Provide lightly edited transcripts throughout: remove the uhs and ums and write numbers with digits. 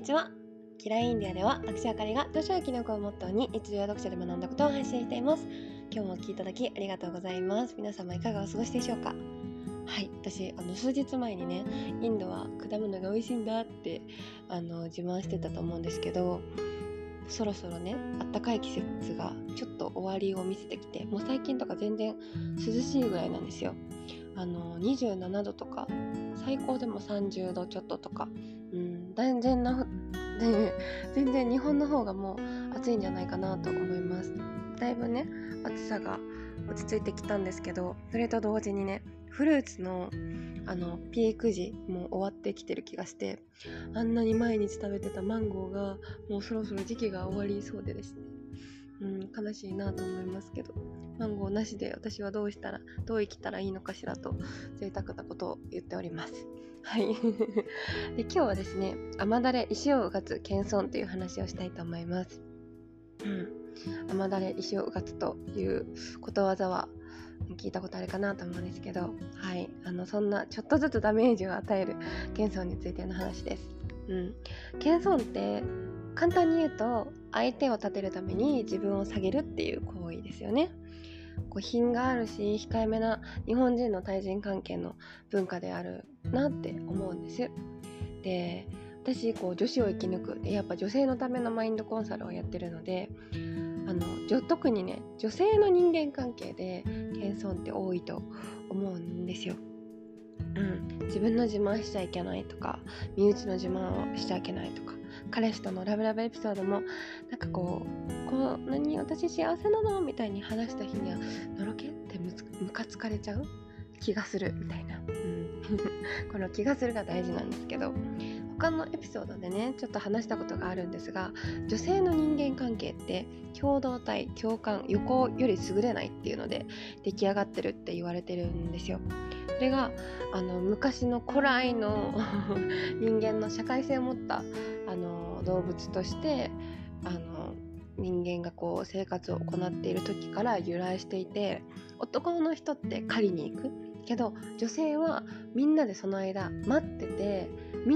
ちは。キラインディアでは私あかりが図書や記録をモットーに日常や読書で学んだことを配信しています。今日もお聞きいただきありがとうございます。皆様いかがお過ごしでしょうか。はい、私数日前にね、インドは果物が美味しいんだって自慢してたと思うんですけど、そろそろね、あったかい季節がちょっと終わりを見せてきて、もう最近とか全然涼しいぐらいなんですよ。27度とか最高でも30度ちょっととか、全然日本の方がもう暑いんじゃないかなと思います。だいぶね、暑さが落ち着いてきたんですけど、それと同時にね、フルーツのピーク時もう終わってきてる気がして、あんなに毎日食べてたマンゴーがもうそろそろ時期が終わりそうでですね、悲しいなと思いますけど、マンゴーなしで私はどう生きたらいいのかしらと贅沢なことを言っております。はいで、今日はですね、雨だれ石をうがつ謙遜という話をしたいと思います。雨だれ石をうがつということわざは聞いたことあるかなと思うんですけど、はい、そんなちょっとずつダメージを与える謙遜についての話です。謙遜って簡単に言うと、相手を立てるために自分を下げるっていう行為ですよね。品があるし控えめな日本人の対人関係の文化であるなって思うんです。で、私女子を生き抜くで、やっぱ女性のためのマインドコンサルをやってるので、特にね、女性の人間関係で謙遜って多いと思うんですよ。自分の自慢しちゃいけないとか、身内の自慢をしちゃいけないとか、彼氏とのラブラブエピソードもなんか何私幸せなのみたいに話した日にはのろけってムカつかれちゃう気がするみたいな、この気がするが大事なんですけど、他のエピソードでねちょっと話したことがあるんですが、女性の人間関係って共同体、共感、横より優れないっていうので出来上がってるって言われてるんですよ。それが昔の古来の人間の社会性を持った動物として人間が生活を行っている時から由来していて、男の人って狩りに行くけど、女性はみんなでその間待ってて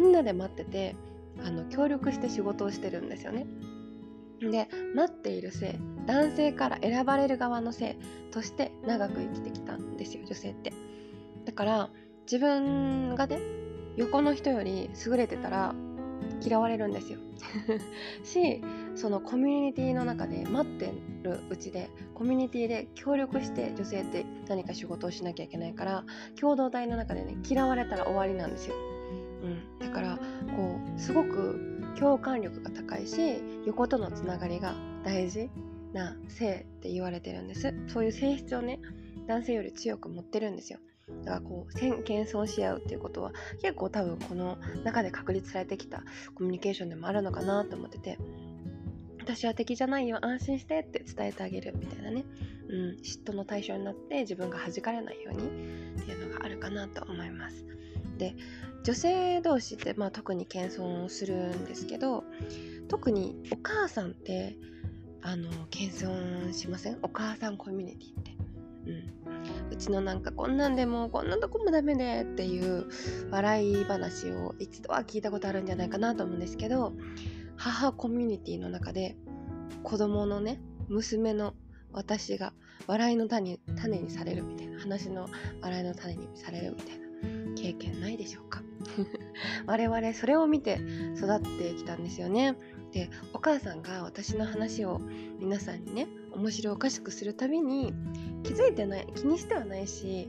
協力して仕事をしてるんですよね。で、待っている性、男性から選ばれる側の性として長く生きてきたんですよ、女性って。だから自分がね、横の人より優れてたら嫌われるんですよし、そのコミュニティの中で待ってるうちで、コミュニティで協力して女性って何か仕事をしなきゃいけないから、共同体の中でね、嫌われたら終わりなんですよ。だからすごく共感力が高いし、横とのつながりが大事な性って言われてるんです。そういう性質をね、男性より強く持ってるんですよ。だから謙遜し合うっていうことは結構多分この中で確立されてきたコミュニケーションでもあるのかなと思ってて、私は敵じゃないよ、安心してって伝えてあげるみたいなね、嫉妬の対象になって自分が弾かれないようにっていうのがあるかなと思います。で、女性同士って特に謙遜するんですけど、特にお母さんって謙遜しません？お母さんコミュニティって。うちのこんなんでもこんなとこもダメでっていう笑い話を一度は聞いたことあるんじゃないかなと思うんですけど、母コミュニティの中で子供のね、娘の私が笑いの種にされるみたいな、話の笑いの種にされるみたいな経験ないでしょうか我々それを見て育ってきたんですよね。で、お母さんが私の話を皆さんにね、面白おかしくするたびに気にしてはないし、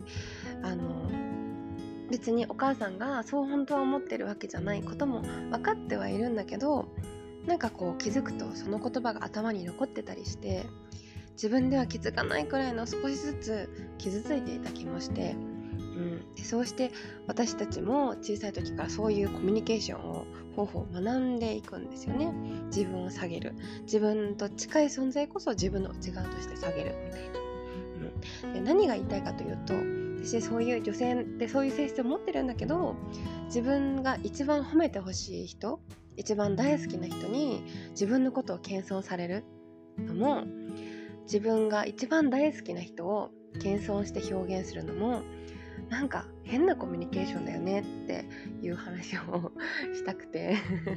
別にお母さんがそう本当は思ってるわけじゃないことも分かってはいるんだけど、気づくとその言葉が頭に残ってたりして、自分では気づかないくらいの少しずつ傷ついていた気もして、でそうして私たちも小さい時からそういうコミュニケーション方法を学んでいくんですよね。自分を下げる、自分と近い存在こそ自分の内側として下げるみたいな、で何が言いたいかというと、私そういう女性でそういう性質を持ってるんだけど、自分が一番褒めてほしい人、一番大好きな人に自分のことを謙遜されるのも、自分が一番大好きな人を謙遜して表現するのも、 なんか変なコミュニケーションだよねっていう話をしたくて、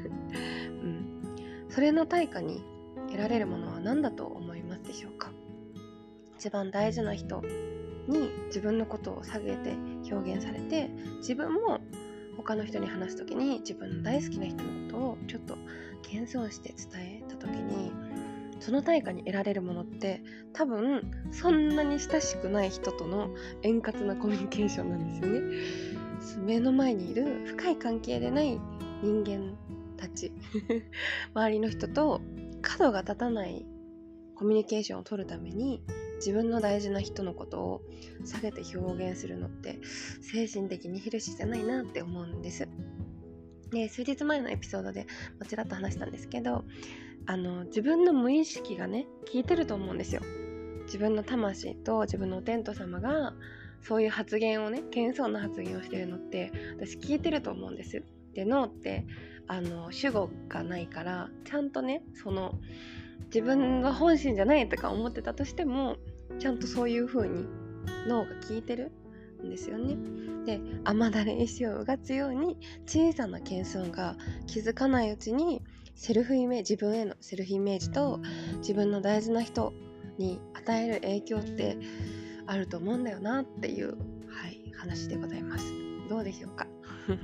それの対価に得られるものは何だと思いますでしょうか。一番大事な人に自分のことを下げて表現されて、自分も他の人に話すときに自分の大好きな人のことをちょっと謙遜して伝えたときに、その対価に得られるものって多分そんなに親しくない人との円滑なコミュニケーションなんですよね。目の前にいる深い関係でない人間たち周りの人と角が立たないコミュニケーションを取るために自分の大事な人のことを下げて表現するのって精神的にヘルシーじゃないなって思うんです。で、数日前のエピソードでちらっと話したんですけど、自分の無意識がね聞いてると思うんですよ。自分の魂と自分のお天道様がそういう発言をね、謙遜な発言をしてるのって私聞いてると思うんです。で、脳って主語がないから、ちゃんとね、その自分は本心じゃないとか思ってたとしても、ちゃんとそういう風に脳が聞いてるんですよね。で、雨だれ石をうがつように小さな謙遜が気づかないうちにセルフイメージ、自分へのセルフイメージと自分の大事な人に与える影響ってあると思うんだよなっていう、話でございます。どうでしょうか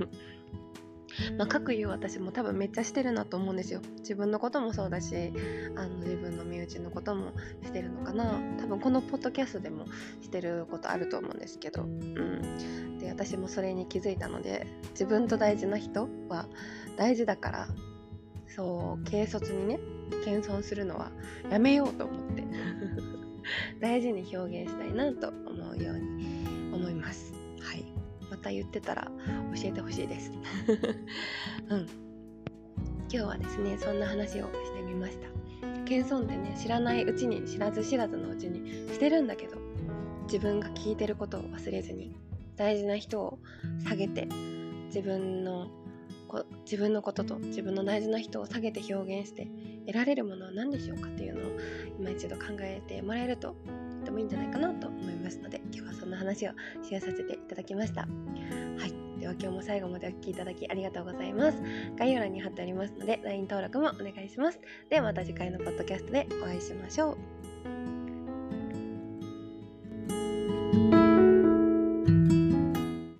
各言う私も多分めっちゃしてるなと思うんですよ。自分のこともそうだし、自分の身内のこともしてるのかな。多分このポッドキャストでもしてることあると思うんですけど、で、私もそれに気づいたので、自分と大事な人は大事だから、そう軽率にね謙遜するのはやめようと思って大事に表現したいなと思うように思います。また言ってたら教えてほしいです今日はですね、そんな話をしてみました。謙遜ってね、知らないうちに、知らず知らずのうちにしてるんだけど、自分が聞いてることを忘れずに、大事な人を下げて自分のことと自分の大事な人を下げて表現して得られるものは何でしょうかっていうのを今一度考えてもらえるととてもいいんじゃないかなと思いますので、今日はそんな話をシェアさせていただきました。では今日も最後までお聞きいただきありがとうございます。概要欄に貼ってありますので LINE 登録もお願いします。ではまた次回のポッドキャストでお会いしましょう。